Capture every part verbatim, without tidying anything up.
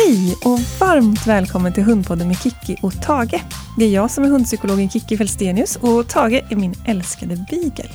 Hej och varmt välkommen till Hundpodden med Kiki och Tage. Det är jag som är hundpsykologen Kiki Felstenius och Tage är min älskade beagle.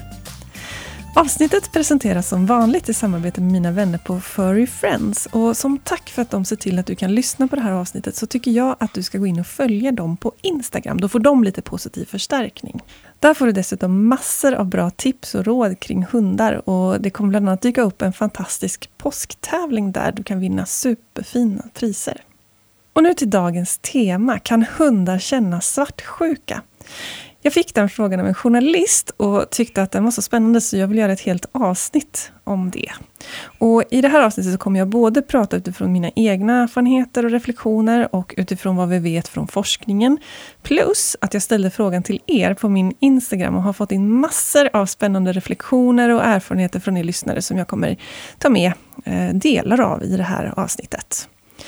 Avsnittet presenteras som vanligt i samarbete med mina vänner på Furry Friends. Och som tack för att de ser till att du kan lyssna på det här avsnittet så tycker jag att du ska gå in och följa dem på Instagram. Då får de lite positiv förstärkning. Där får du dessutom massor av bra tips och råd kring hundar. Och det kommer bland annat dyka upp en fantastisk påsktävling där du kan vinna superfina priser. Och nu till dagens tema. Kan hundar känna svartsjuka? Jag fick den frågan av en journalist och tyckte att den var så spännande så jag vill göra ett helt avsnitt om det. Och i det här avsnittet så kommer jag både prata utifrån mina egna erfarenheter och reflektioner och utifrån vad vi vet från forskningen. Plus att jag ställde frågan till er på min Instagram och har fått in massor av spännande reflektioner och erfarenheter från er lyssnare som jag kommer ta med delar av i det här avsnittet.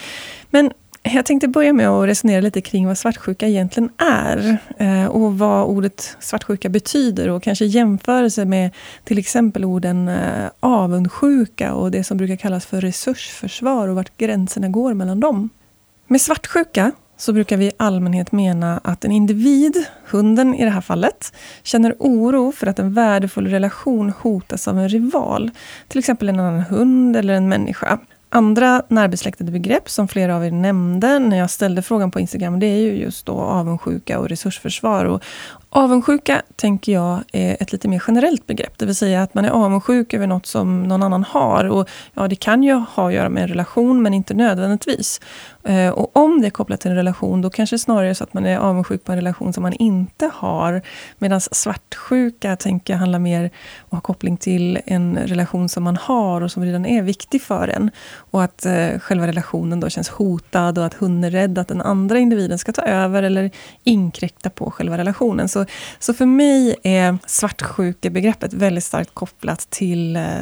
Men jag tänkte börja med att resonera lite kring vad svartsjuka egentligen är eh, och vad ordet svartsjuka betyder och kanske jämförelse med till exempel orden eh, avundsjuka och det som brukar kallas för resursförsvar och vart gränserna går mellan dem. Med svartsjuka så brukar vi i allmänhet mena att en individ, hunden i det här fallet, känner oro för att en värdefull relation hotas av en rival, till exempel en annan hund eller en människa. Andra närbesläktade begrepp som flera av er nämnde när jag ställde frågan på Instagram, det är ju just då avundsjuka och resursförsvar. Och avundsjuka tänker jag är ett lite mer generellt begrepp, det vill säga att man är avundsjuk över något som någon annan har. Och ja, det kan ju ha att göra med en relation men inte nödvändigtvis. Eh, och om det är kopplat till en relation då kanske snarare så att man är avundsjuk på en relation som man inte har. Medan svartsjuka tänker jag handlar mer och har koppling till en relation som man har och som redan är viktig för en. Och att eh, själva relationen då känns hotad och att hunden är rädd att den andra individen ska ta över eller inkräkta på själva relationen. Så, så för mig är svartsjukebegreppet väldigt starkt kopplat till eh,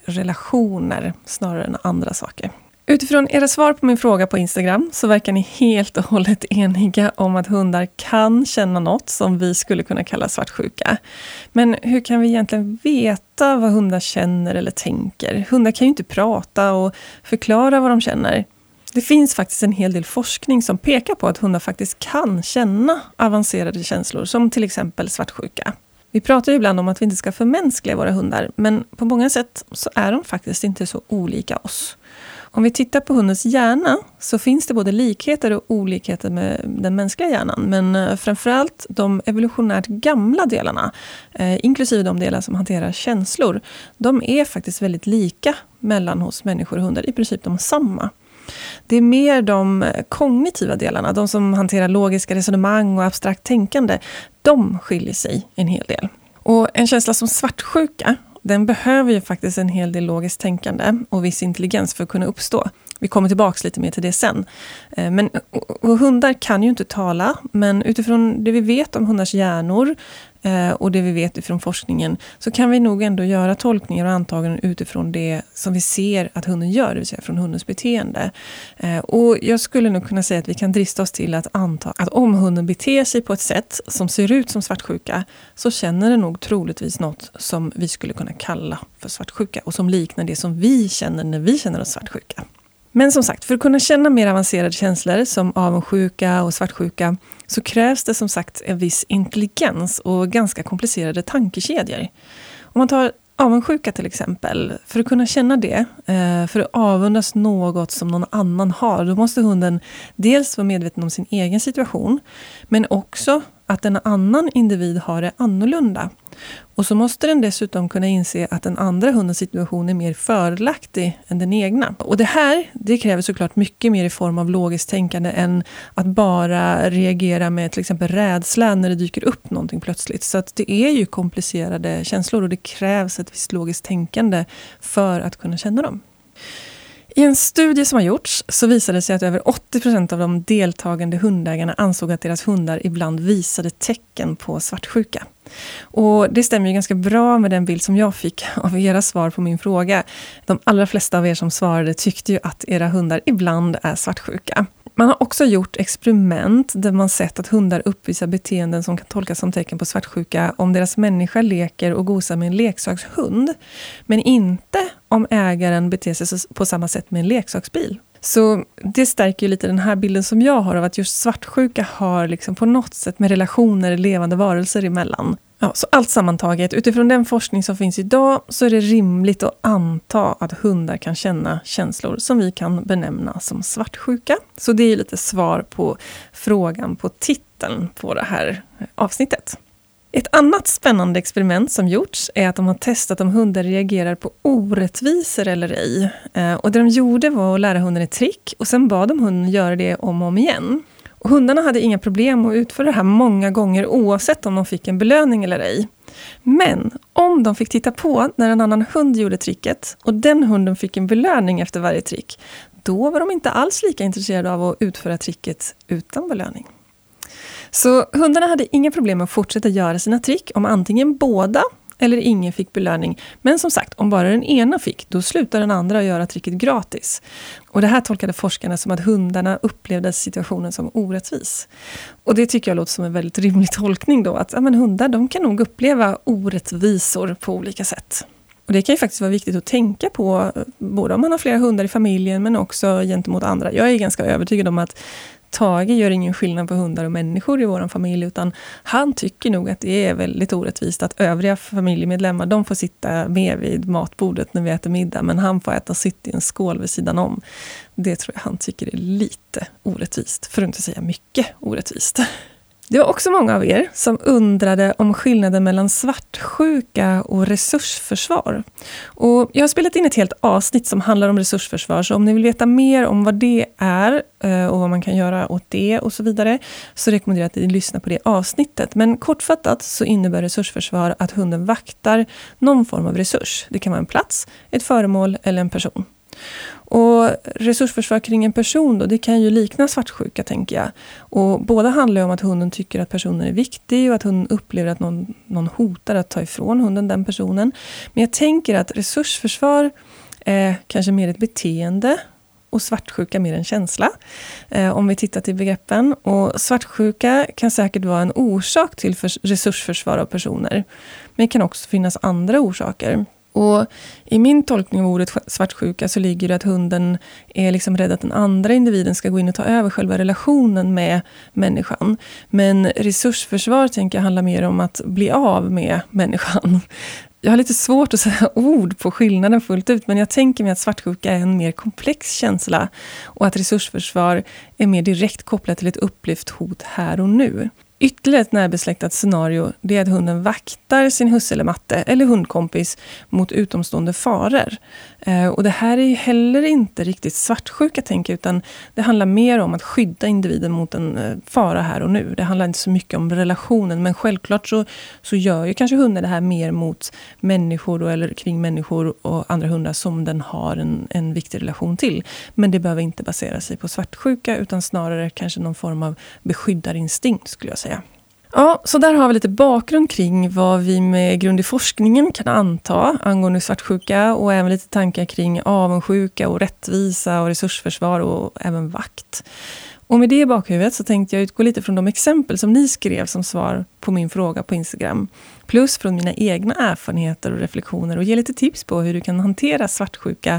relationer snarare än andra saker. Utifrån era svar på min fråga på Instagram så verkar ni helt och hållet eniga om att hundar kan känna något som vi skulle kunna kalla svartsjuka. Men hur kan vi egentligen veta vad hundar känner eller tänker? Hundar kan ju inte prata och förklara vad de känner. Det finns faktiskt en hel del forskning som pekar på att hundar faktiskt kan känna avancerade känslor som till exempel svartsjuka. Vi pratar ju ibland om att vi inte ska förmänskliga våra hundar, men på många sätt så är de faktiskt inte så olika oss. Om vi tittar på hundens hjärna så finns det både likheter och olikheter med den mänskliga hjärnan. Men framförallt de evolutionärt gamla delarna, eh, inklusive de delar som hanterar känslor, de är faktiskt väldigt lika mellan hos människor och hundar, i princip de samma. Det är mer de kognitiva delarna, de som hanterar logiska resonemang och abstrakt tänkande, de skiljer sig en hel del. Och en känsla som svartsjuka, den behöver ju faktiskt en hel del logiskt tänkande och viss intelligens för att kunna uppstå. Vi kommer tillbaka lite mer till det sen. Men, och, och hundar kan ju inte tala, men utifrån det vi vet om hundars hjärnor eh, och det vi vet ifrån forskningen så kan vi nog ändå göra tolkningar och antaganden utifrån det som vi ser att hunden gör, det vill säga från hundens beteende. Eh, och jag skulle nog kunna säga att vi kan drista oss till att anta att om hunden beter sig på ett sätt som ser ut som svartsjuka så känner den nog troligtvis något som vi skulle kunna kalla för svartsjuka och som liknar det som vi känner när vi känner oss svartsjuka. Men som sagt, för att kunna känna mer avancerade känslor som avundsjuka och svartsjuka så krävs det som sagt en viss intelligens och ganska komplicerade tankekedjor. Om man tar avundsjuka till exempel, för att kunna känna det, för att avundas något som någon annan har, då måste hunden dels vara medveten om sin egen situation, men också att en annan individ har det annorlunda. Och så måste den dessutom kunna inse att den andra hundens situation är mer fördelaktig än den egna. Och det här, det kräver såklart mycket mer i form av logiskt tänkande än att bara reagera med till exempel rädsla när det dyker upp någonting plötsligt. Så att det är ju komplicerade känslor och det krävs ett visst logiskt tänkande för att kunna känna dem. I en studie som har gjorts så visade det sig att över åttio procent av de deltagande hundägarna ansåg att deras hundar ibland visade tecken på svartsjuka. Och det stämmer ju ganska bra med den bild som jag fick av era svar på min fråga. De allra flesta av er som svarade tyckte ju att era hundar ibland är svartsjuka. Man har också gjort experiment där man sett att hundar uppvisar beteenden som kan tolkas som tecken på svartsjuka om deras människa leker och gosar med en leksakshund, men inte om ägaren beter sig på samma sätt med en leksaksbil. Så det stärker ju lite den här bilden som jag har av att just svartsjuka har liksom på något sätt med relationer, levande varelser emellan. Ja, så allt sammantaget, utifrån den forskning som finns idag så är det rimligt att anta att hundar kan känna känslor som vi kan benämna som svartsjuka. Så det är ju lite svar på frågan på titeln på det här avsnittet. Ett annat spännande experiment som gjorts är att de har testat om hundar reagerar på orättvisor eller ej. Och det de gjorde var att lära hunden ett trick och sen bad de hunden göra det om och om igen. Och hundarna hade inga problem att utföra det här många gånger oavsett om de fick en belöning eller ej. Men om de fick titta på när en annan hund gjorde tricket och den hunden fick en belöning efter varje trick, då var de inte alls lika intresserade av att utföra tricket utan belöning. Så hundarna hade inga problem med att fortsätta göra sina trick om antingen båda eller ingen fick belöning. Men som sagt, om bara den ena fick, då slutar den andra att göra tricket gratis. Och det här tolkade forskarna som att hundarna upplevde situationen som orättvis. Och det tycker jag låter som en väldigt rimlig tolkning då. Att ja, men hundar de kan nog uppleva orättvisor på olika sätt. Och det kan ju faktiskt vara viktigt att tänka på, både om man har flera hundar i familjen men också gentemot andra. Jag är ganska övertygad om att Tage gör ingen skillnad på hundar och människor i vår familj, utan han tycker nog att det är väldigt orättvist att övriga familjemedlemmar, de får sitta med vid matbordet när vi äter middag, men han får äta sitt i en skål vid sidan om. Det tror jag han tycker är lite orättvist, för att inte säga mycket orättvist. Det var också många av er som undrade om skillnaden mellan svartsjuka och resursförsvar. Och jag har spelat in ett helt avsnitt som handlar om resursförsvar, så om ni vill veta mer om vad det är och vad man kan göra åt det och så vidare, så rekommenderar jag att ni lyssnar på det avsnittet. Men kortfattat så innebär resursförsvar att hunden vaktar någon form av resurs. Det kan vara en plats, ett föremål eller en person. Och resursförsvar kring en person då, det kan ju likna svartsjuka, tänker jag. Och båda handlar om att hunden tycker att personen är viktig och att hunden upplever att någon, någon hotar att ta ifrån hunden den personen. Men jag tänker att resursförsvar är kanske mer ett beteende och svartsjuka mer en känsla. Eh, om vi tittar till begreppen. Och svartsjuka kan säkert vara en orsak till för- resursförsvar av personer. Men det kan också finnas andra orsaker. Och i min tolkning av ordet svartsjuka så ligger det att hunden är liksom rädd att den andra individen ska gå in och ta över själva relationen med människan. Men resursförsvar tänker jag handlar mer om att bli av med människan. Jag har lite svårt att säga ord på skillnaden fullt ut, men jag tänker mig att svartsjuka är en mer komplex känsla och att resursförsvar är mer direkt kopplat till ett upplevt hot här och nu. Ytterligare ett närbesläktat scenario det är att hunden vaktar sin husse eller matte eller hundkompis mot utomstående faror. Eh, och det här är heller inte riktigt svartsjuka tänker, utan det handlar mer om att skydda individen mot en eh, fara här och nu. Det handlar inte så mycket om relationen, men självklart så, så gör ju kanske hunden det här mer mot människor eller kring människor och andra hundar som den har en, en viktig relation till. Men det behöver inte basera sig på svartsjuka, utan snarare kanske någon form av beskyddarinstinkt skulle jag säga. Ja, så där har vi lite bakgrund kring vad vi med grund i forskningen kan anta angående svartsjuka och även lite tankar kring avundsjuka och rättvisa och resursförsvar och även vakt. Och med det i bakhuvudet så tänkte jag utgå lite från de exempel som ni skrev som svar på min fråga på Instagram. Plus från mina egna erfarenheter och reflektioner och ge lite tips på hur du kan hantera svartsjuka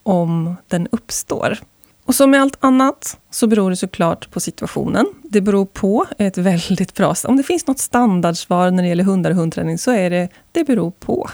om den uppstår. Och som med allt annat så beror det såklart på situationen. Det beror på ett väldigt bra... Om det finns något standardsvar när det gäller hundar och hundträning så är det det beror på.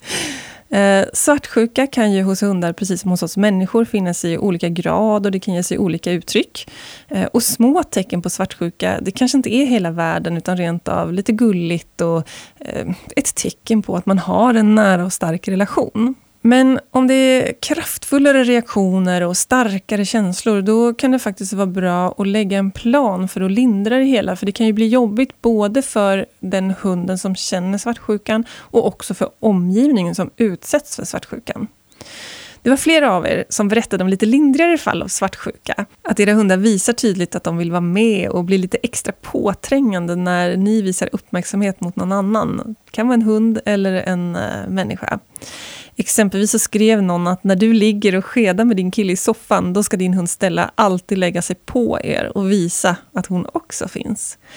Eh, svartsjuka kan ju hos hundar, precis som hos oss människor, finnas i olika grad och det kan ge sig olika uttryck. Eh, och små tecken på svartsjuka, det kanske inte är hela världen utan rent av lite gulligt och eh, ett tecken på att man har en nära och stark relation. Men om det är kraftfullare reaktioner och starkare känslor, då kan det faktiskt vara bra att lägga en plan för att lindra det hela. För det kan ju bli jobbigt både för den hunden som känner svartsjukan och också för omgivningen som utsätts för svartsjukan. Det var flera av er som berättade om lite lindrigare fall av svartsjuka. Att era hundar visar tydligt att de vill vara med och bli lite extra påträngande när ni visar uppmärksamhet mot någon annan. Det kan vara en hund eller en uh, människa. Exempelvis så skrev någon att när du ligger och skedar med din kille i soffan, då ska din hund Stella alltid lägga sig på er och visa att hon också finns.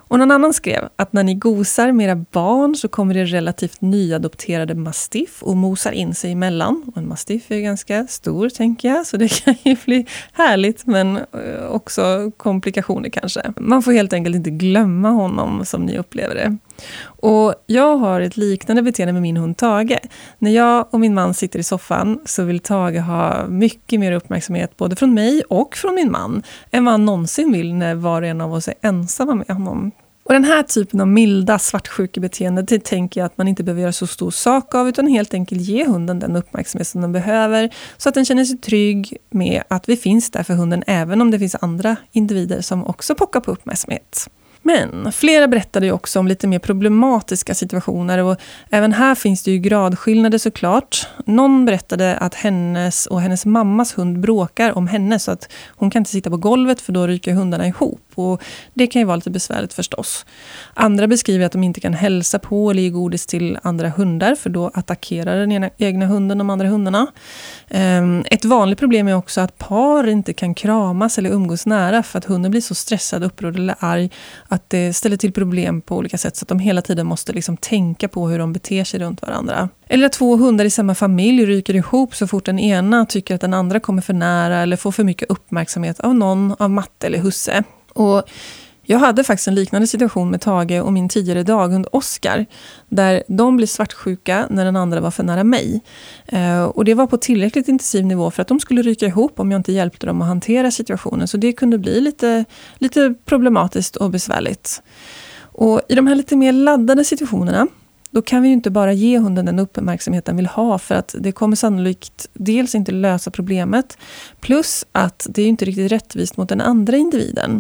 Och någon annan skrev att när ni gosar med era barn så kommer det relativt nyadopterade mastiff och mosar in sig emellan. Och en mastiff är ganska stor, tänker jag, så det kan ju bli härligt, men också komplikationer kanske. Man får helt enkelt inte glömma honom som ni upplever det. Och jag har ett liknande beteende med min hund Tage. När jag och min man sitter i soffan så vill Tage ha mycket mer uppmärksamhet både från mig och från min man än vad han någonsin vill när var och en av oss är ensamma med honom. Och den här typen av milda svartsjukebeteende, det tänker jag att man inte behöver göra så stor sak av, utan helt enkelt ge hunden den uppmärksamhet som den behöver så att den känner sig trygg med att vi finns där för hunden även om det finns andra individer som också pockar på uppmärksamhet. Men flera berättade ju också om lite mer problematiska situationer och även här finns det ju gradskillnader såklart. Någon berättade att hennes och hennes mammas hund bråkar om henne så att hon kan inte sitta på golvet för då ryker hundarna ihop och det kan ju vara lite besvärligt förstås. Andra beskriver att de inte kan hälsa på eller ge godis till andra hundar för då attackerar den ena, egna hunden de andra hundarna. Ett vanligt problem är också att par inte kan kramas eller umgås nära för att hunden blir så stressad, upprörd eller arg att det ställer till problem på olika sätt så att de hela tiden måste liksom tänka på hur de beter sig runt varandra. Eller att två hundar i samma familj ryker ihop så fort den ena tycker att den andra kommer för nära eller får för mycket uppmärksamhet av någon, av matte eller husse. Och jag hade faktiskt en liknande situation med Tage och min tidigare daghund Oscar där de blev svartsjuka när den andra var för nära mig. Eh, och det var på tillräckligt intensiv nivå för att de skulle ryka ihop om jag inte hjälpte dem att hantera situationen. Så det kunde bli lite, lite problematiskt och besvärligt. Och i de här lite mer laddade situationerna då kan vi ju inte bara ge hunden den uppmärksamhet den vill ha för att det kommer sannolikt dels inte lösa problemet plus att det är inte riktigt rättvist mot den andra individen.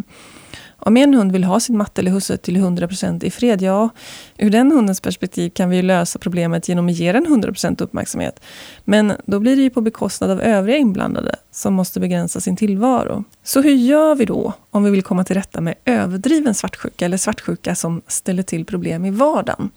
Om en hund vill ha sin matte eller husse till hundra procent i fred, ja, ur den hundens perspektiv kan vi lösa problemet genom att ge den hundra procent uppmärksamhet. Men då blir det ju på bekostnad av övriga inblandade som måste begränsa sin tillvaro. Så hur gör vi då om vi vill komma till rätta med överdriven svartsjuka eller svartsjuka som ställer till problem i vardagen?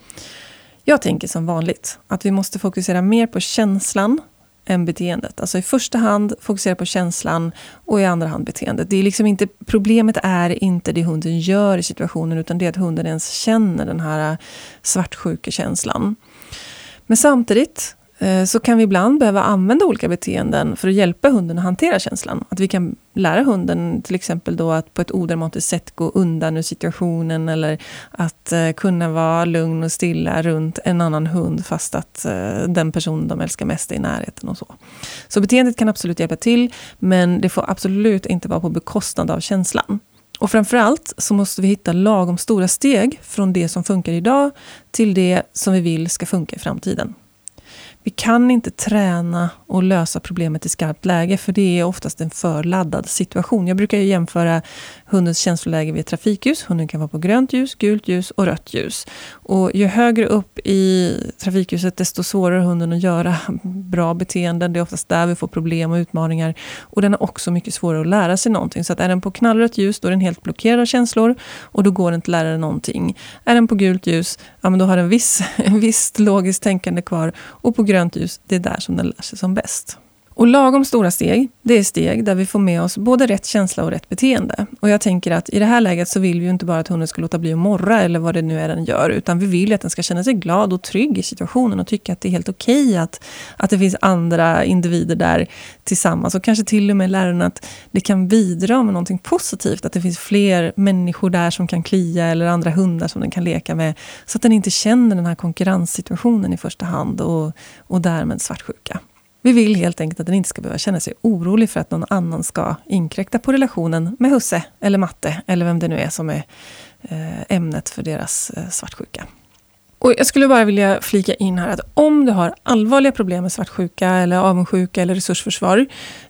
Jag tänker som vanligt att vi måste fokusera mer på känslan än beteendet. Alltså i första hand fokusera på känslan och i andra hand beteendet. Det är liksom inte, problemet är inte det hunden gör i situationen utan det är att hunden ens känner den här svartsjukekänslan. Men samtidigt så kan vi ibland behöva använda olika beteenden för att hjälpa hunden att hantera känslan. Att vi kan lära hunden till exempel då att på ett odramatiskt sätt gå undan ur situationen eller att kunna vara lugn och stilla runt en annan hund fast att den person de älskar mest är i närheten och så. Så beteendet kan absolut hjälpa till men det får absolut inte vara på bekostnad av känslan. Och framförallt så måste vi hitta lagom stora steg från det som funkar idag till det som vi vill ska funka i framtiden. Vi kan inte träna och lösa problemet i skarpt läge för det är oftast en förladdad situation. Jag brukar ju jämföra hundens känsloläge vid ett trafikljus. Hunden kan vara på grönt ljus, gult ljus och rött ljus. Och ju högre upp i trafikljuset desto svårare hunden att göra bra beteenden. Det är oftast där vi får problem och utmaningar. Och den är också mycket svårare att lära sig någonting. Så att är den på knallrött ljus då är den helt blockerad av känslor och då går den inte att lära den någonting. Är den på gult ljus, ja men då har den viss, en visst logiskt tänkande kvar och på grönt ljus, det är där som den lär sig som bäst. Och lagom stora steg, det är steg där vi får med oss både rätt känsla och rätt beteende. Och jag tänker att i det här läget så vill vi ju inte bara att hunden ska låta bli att morra eller vad det nu är den gör, utan vi vill att den ska känna sig glad och trygg i situationen och tycka att det är helt okej att, att det finns andra individer där tillsammans och kanske till och med lära den att det kan bidra med någonting positivt, att det finns fler människor där som kan klia eller andra hundar som den kan leka med så att den inte känner den här konkurrenssituationen i första hand och, och därmed svartsjuka. Vi vill helt enkelt att den inte ska behöva känna sig orolig för att någon annan ska inkräkta på relationen med husse eller matte eller vem det nu är som är ämnet för deras svartsjuka. Och jag skulle bara vilja flika in här att om du har allvarliga problem med svartsjuka eller avundsjuka eller resursförsvar,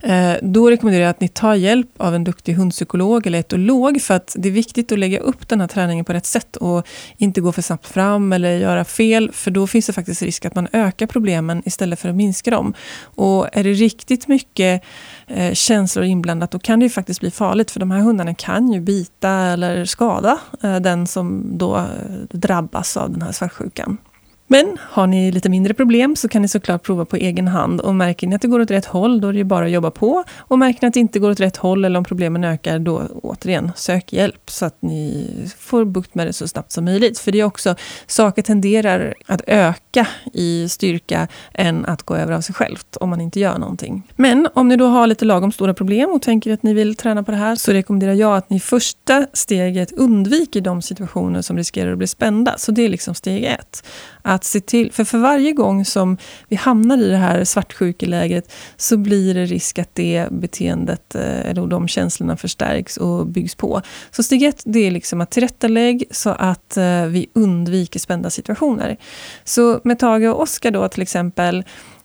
då rekommenderar jag att ni tar hjälp av en duktig hundpsykolog eller etolog för att det är viktigt att lägga upp den här träningen på rätt sätt och inte gå för snabbt fram eller göra fel, för då finns det faktiskt risk att man ökar problemen istället för att minska dem. Och är det riktigt mycket eh, känslor inblandat, då kan det ju faktiskt bli farligt, för de här hundarna kan ju bita eller skada eh, den som då eh, drabbas av den här svartsjukan. Men har ni lite mindre problem så kan ni såklart prova på egen hand. Och märker ni att det går åt rätt håll, då är det ju bara att jobba på. Och märker ni att det inte går åt rätt håll eller om problemen ökar, då återigen sök hjälp så att ni får bukt med det så snabbt som möjligt. För det är också, saker tenderar att öka i styrka än att gå över av sig självt om man inte gör någonting. Men om ni då har lite lagom stora problem och tänker att ni vill träna på det här, så rekommenderar jag att ni första steget undviker de situationer som riskerar att bli spända. Så det är liksom steg ett. Att se till, för för varje gång som vi hamnar i det här svartsjukeläget så blir det risk att det beteendet eller de känslorna förstärks och byggs på. Så steg ett, det är liksom att tillrättalägg så att vi undviker spända situationer. Så med Tage och Oskar då till exempel,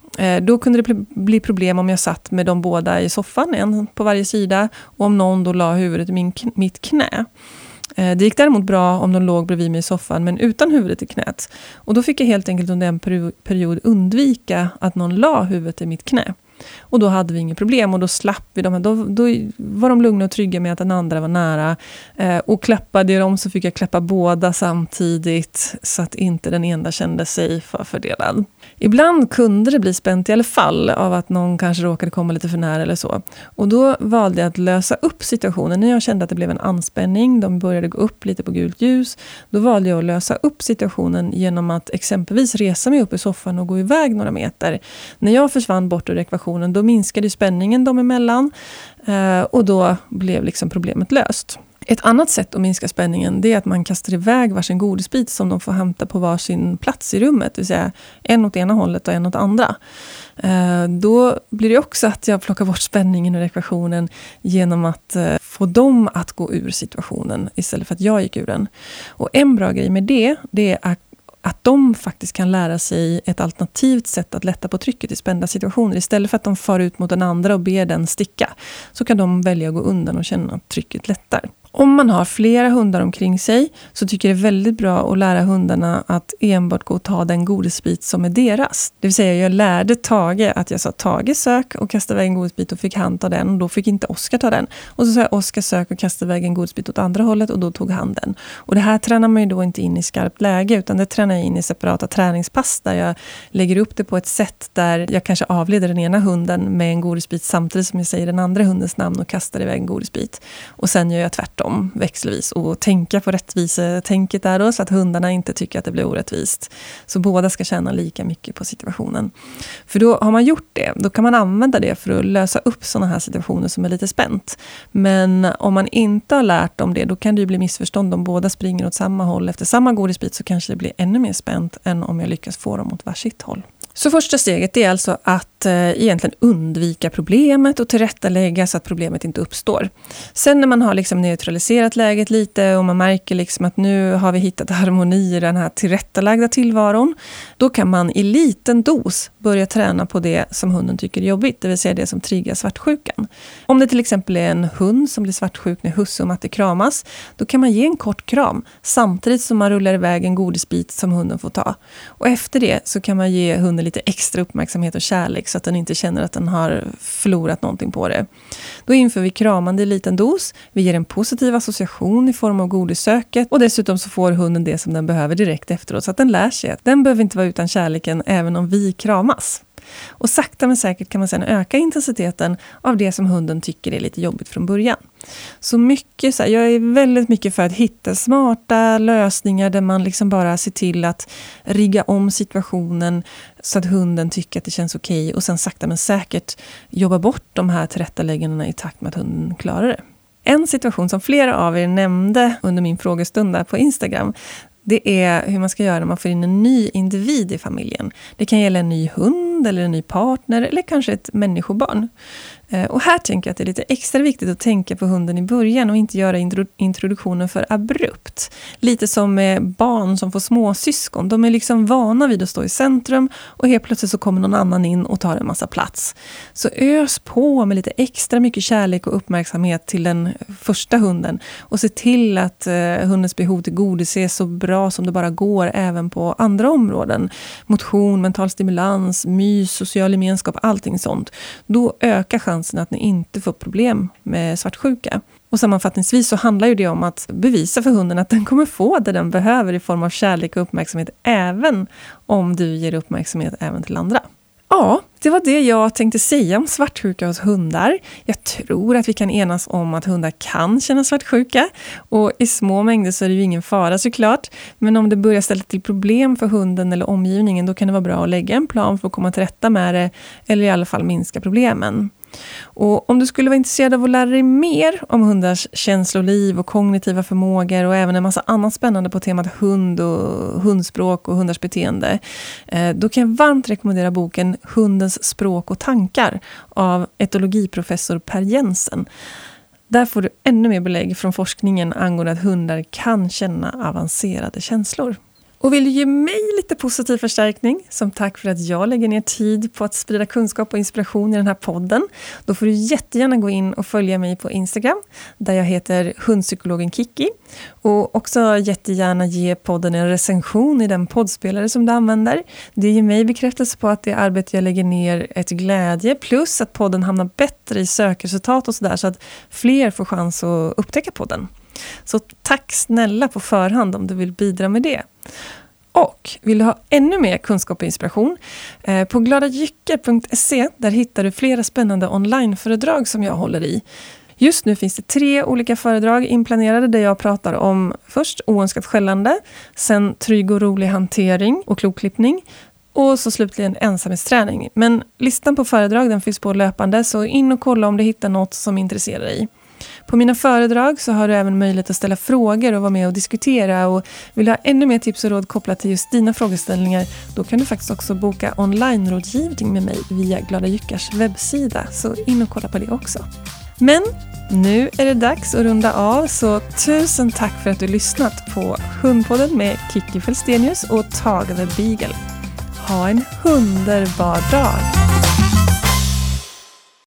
då kunde det bli problem om jag satt med de båda i soffan, en på varje sida, och om någon då la huvudet i min, mitt knä. Det gick däremot bra om de låg bredvid mig i soffan men utan huvudet i knät. Och då fick jag helt enkelt under en period undvika att någon la huvudet i mitt knä. Och då hade vi inget problem och då slapp vi dem. Då, då var de lugna och trygga med att den andra var nära. Eh, och klappade dem så fick jag klappa båda samtidigt så att inte den enda kände sig förfördelad. Ibland kunde det bli spänt i alla fall av att någon kanske råkade komma lite för nära eller så. Och då valde jag att lösa upp situationen. När jag kände att det blev en anspänning, de började gå upp lite på gult ljus. Då valde jag att lösa upp situationen genom att exempelvis resa mig upp i soffan och gå iväg några meter. När jag försvann bort ur ekvationen, då minskade spänningen dem emellan eh, och då blev liksom problemet löst. Ett annat sätt att minska spänningen, det är att man kastar iväg varsin godisbit som de får hämta på varsin plats i rummet. Det vill säga en åt ena hållet och en åt andra. Eh, då blir det också att jag plockar bort spänningen ur ekvationen genom att eh, få dem att gå ur situationen istället för att jag gick ur den. Och en bra grej med det, det är att att de faktiskt kan lära sig ett alternativt sätt att lätta på trycket i spända situationer. Istället för att de far ut mot den andra och ber den sticka, så kan de välja att gå undan och känna att trycket lättar. Om man har flera hundar omkring sig så tycker jag det är väldigt bra att lära hundarna att enbart gå och ta den godisbit som är deras. Det vill säga jag lärde Tage att jag sa Tage sök och kasta iväg en godisbit och fick han ta den och då fick inte Oskar ta den. Och så sa jag Oskar sök och kasta iväg en godisbit åt andra hållet och då tog han den. Och det här tränar man ju då inte in i skarpt läge utan det tränar jag in i separata träningspass där jag lägger upp det på ett sätt där jag kanske avleder den ena hunden med en godisbit samtidigt som jag säger den andra hundens namn och kastar iväg en godisbit. Och sen gör jag tvärtom. Växelvis och tänka på rättvisetänket där då så att hundarna inte tycker att det blir orättvist. Så båda ska känna lika mycket på situationen. För då har man gjort det, då kan man använda det för att lösa upp sådana här situationer som är lite spänt. Men om man inte har lärt om det, då kan det ju bli missförstånd om båda springer åt samma håll efter samma godisbit så kanske det blir ännu mer spänt än om jag lyckas få dem åt varsitt håll. Så första steget är alltså att eh, egentligen undvika problemet och tillrättalägga så att problemet inte uppstår. Sen när man har liksom neutraliserat läget lite och man märker liksom att nu har vi hittat harmoni i den här tillrättalagda tillvaron, då kan man i liten dos börja träna på det som hunden tycker är jobbigt, det vill säga det som triggar svartsjukan. Om det till exempel är en hund som blir svartsjuk när husse och matte kramas, då kan man ge en kort kram samtidigt som man rullar iväg en godisbit som hunden får ta. Och efter det så kan man ge hunden lite extra uppmärksamhet och kärlek så att den inte känner att den har förlorat någonting på det. Då inför vi kramande i liten dos. Vi ger en positiv association i form av godissöket och dessutom så får hunden det som den behöver direkt efteråt så att den lär sig att den behöver inte vara utan kärleken även om vi kramas. Och sakta men säkert kan man sedan öka intensiteten av det som hunden tycker är lite jobbigt från början. Så mycket så här, jag är väldigt mycket för att hitta smarta lösningar där man liksom bara ser till att rigga om situationen så att hunden tycker att det känns okej och sen sakta men säkert jobba bort de här tillrättaläggandena i takt med att hunden klarar det. En situation som flera av er nämnde under min frågestund där på Instagram, det är hur man ska göra när man får in en ny individ i familjen. Det kan gälla en ny hund eller en ny partner eller kanske ett människobarn. Och här tänker jag att det är lite extra viktigt att tänka på hunden i början och inte göra introduktionen för abrupt. Lite som med barn som får småsyskon. De är liksom vana vid att stå i centrum och helt plötsligt så kommer någon annan in och tar en massa plats. Så ös på med lite extra mycket kärlek och uppmärksamhet till den första hunden och se till att hundens behov tillgodoses så bra som det bara går även på andra områden. Motion, mental stimulans, mys, social gemenskap, allting sånt. Då ökar chansen att ni inte får problem med svartsjuka. Och sammanfattningsvis så handlar ju det om att bevisa för hunden att den kommer få det den behöver i form av kärlek och uppmärksamhet, även om du ger uppmärksamhet även till andra. Ja, det var det jag tänkte säga om svartsjuka hos hundar. Jag tror att vi kan enas om att hundar kan känna svartsjuka. Och i små mängder så är det ju ingen fara såklart. Men om det börjar ställa till problem för hunden eller omgivningen, då kan det vara bra att lägga en plan för att komma till rätta med det. Eller i alla fall minska problemen. Och om du skulle vara intresserad av att lära dig mer om hundars känsloliv och kognitiva förmågor och även en massa annat spännande på temat hund och hundspråk och hundars beteende, då kan jag varmt rekommendera boken Hundens språk och tankar av etologiprofessor Per Jensen. Där får du ännu mer belägg från forskningen angående att hundar kan känna avancerade känslor. Och vill du ge mig lite positiv förstärkning som tack för att jag lägger ner tid på att sprida kunskap och inspiration i den här podden, då får du jättegärna gå in och följa mig på Instagram där jag heter hundpsykologen Kiki, och också jättegärna ge podden en recension i den poddspelare som du använder. Det ger mig bekräftelse på att det arbete jag lägger ner är till glädje, plus att podden hamnar bättre i sökresultat och sådär, så att fler får chans att upptäcka podden. Så tack snälla på förhand om du vill bidra med det. Och vill du ha ännu mer kunskap och inspiration, eh, på glada jycker punkt se där hittar du flera spännande onlineföredrag som jag håller i. Just nu finns det tre olika föredrag inplanerade där jag pratar om först oönskat skällande, sen trygg och rolig hantering och klokklippning, och så slutligen ensamhetsträning. Men listan på föredrag den finns på löpande, så in och kolla om du hittar något som intresserar dig. På mina föredrag så har du även möjlighet att ställa frågor och vara med och diskutera, och vill du ha ännu mer tips och råd kopplat till just dina frågeställningar, då kan du faktiskt också boka online-rådgivning med mig via Glada Jyckars webbsida, så in och kolla på det också. Men nu är det dags att runda av, så tusen tack för att du lyssnat på Hundpodden med Kiki Felstenius och Tage the Beagle. Ha en underbar dag!